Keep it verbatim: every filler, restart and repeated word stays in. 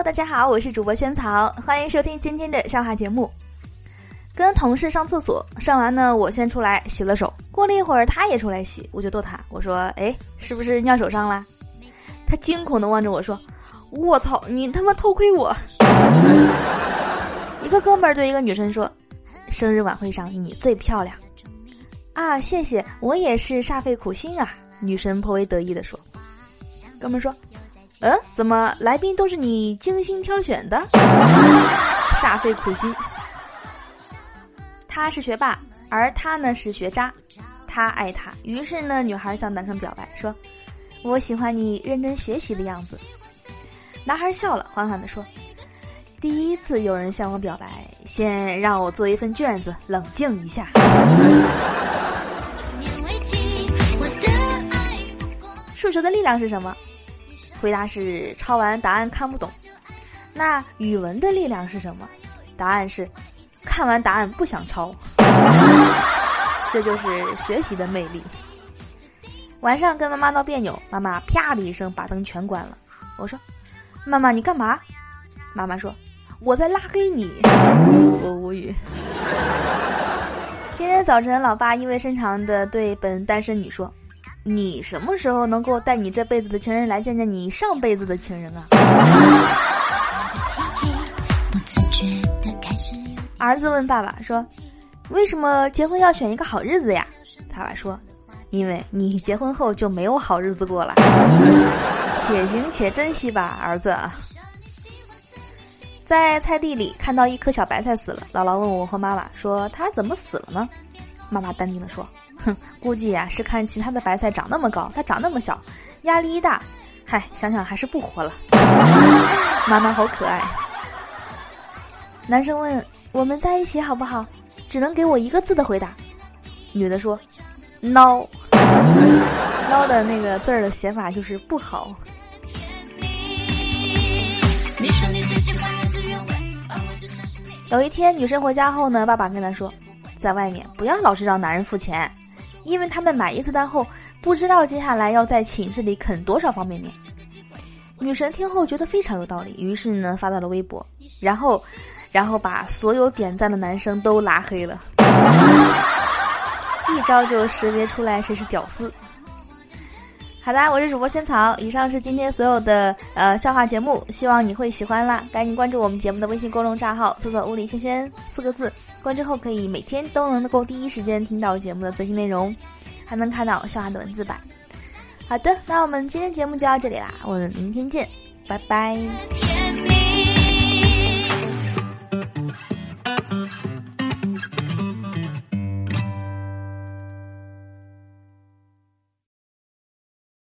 大家好，我是主播萱草，欢迎收听今天的笑话节目。跟同事上厕所，上完呢，我先出来洗了手，过了一会儿他也出来洗，我就逗他，我说：“哎，是不是尿手上啦？”他惊恐地望着我说：“我操，你他妈偷窥我！”一个哥们儿对一个女生说：“生日晚会上你最漂亮。”啊，谢谢，我也是煞费苦心啊。女生颇为得意地说。哥们儿说：“呃，怎么来宾都是你精心挑选的？”煞费苦心。他是学霸，而他呢是学渣，他爱他，于是呢，女孩向男生表白说：“我喜欢你认真学习的样子。”男孩笑了，缓缓地说：“第一次有人向我表白，先让我做一份卷子，冷静一下。”数学的力量是什么？回答是抄完答案看不懂。那语文的力量是什么？答案是看完答案不想抄。这就是学习的魅力。晚上跟妈妈闹别扭，妈妈啪的一声把灯全关了。我说：“妈妈你干嘛？”妈妈说：“我在拉黑你。”我无语。今天早晨老爸意味深长地对本单身女说：“你什么时候能够带你这辈子的情人来见见你上辈子的情人啊？”儿子问爸爸说：“为什么结婚要选一个好日子呀？”爸爸说：“因为你结婚后就没有好日子过了。”且行且珍惜吧，儿子。在菜地里看到一颗小白菜死了，姥姥问我和妈妈说：“它怎么死了呢？”妈妈淡定地说：“哼，估计呀、啊、是看其他的白菜长那么高，它长那么小，压力一大，嗨，想想还是不活了。”妈妈好可爱。男生问：“我们在一起好不好？”只能给我一个字的回答。女的说：“孬。”孬的那个字儿的写法就是不好。有一天女生回家后呢，爸爸跟她说，在外面不要老是让男人付钱，因为他们买一次单后不知道接下来要在寝室里啃多少方便面。女神听后觉得非常有道理，于是呢发到了微博，然后然后把所有点赞的男生都拉黑了。一招就识别出来谁是屌丝。好的，我是主播萱草，以上是今天所有的呃笑话节目，希望你会喜欢啦。赶紧关注我们节目的微信公众账号，搜索物理萱萱四个字，关注后可以每天都能够第一时间听到节目的最新内容，还能看到笑话的文字版。好的，那我们今天节目就到这里啦，我们明天见，拜拜。甜蜜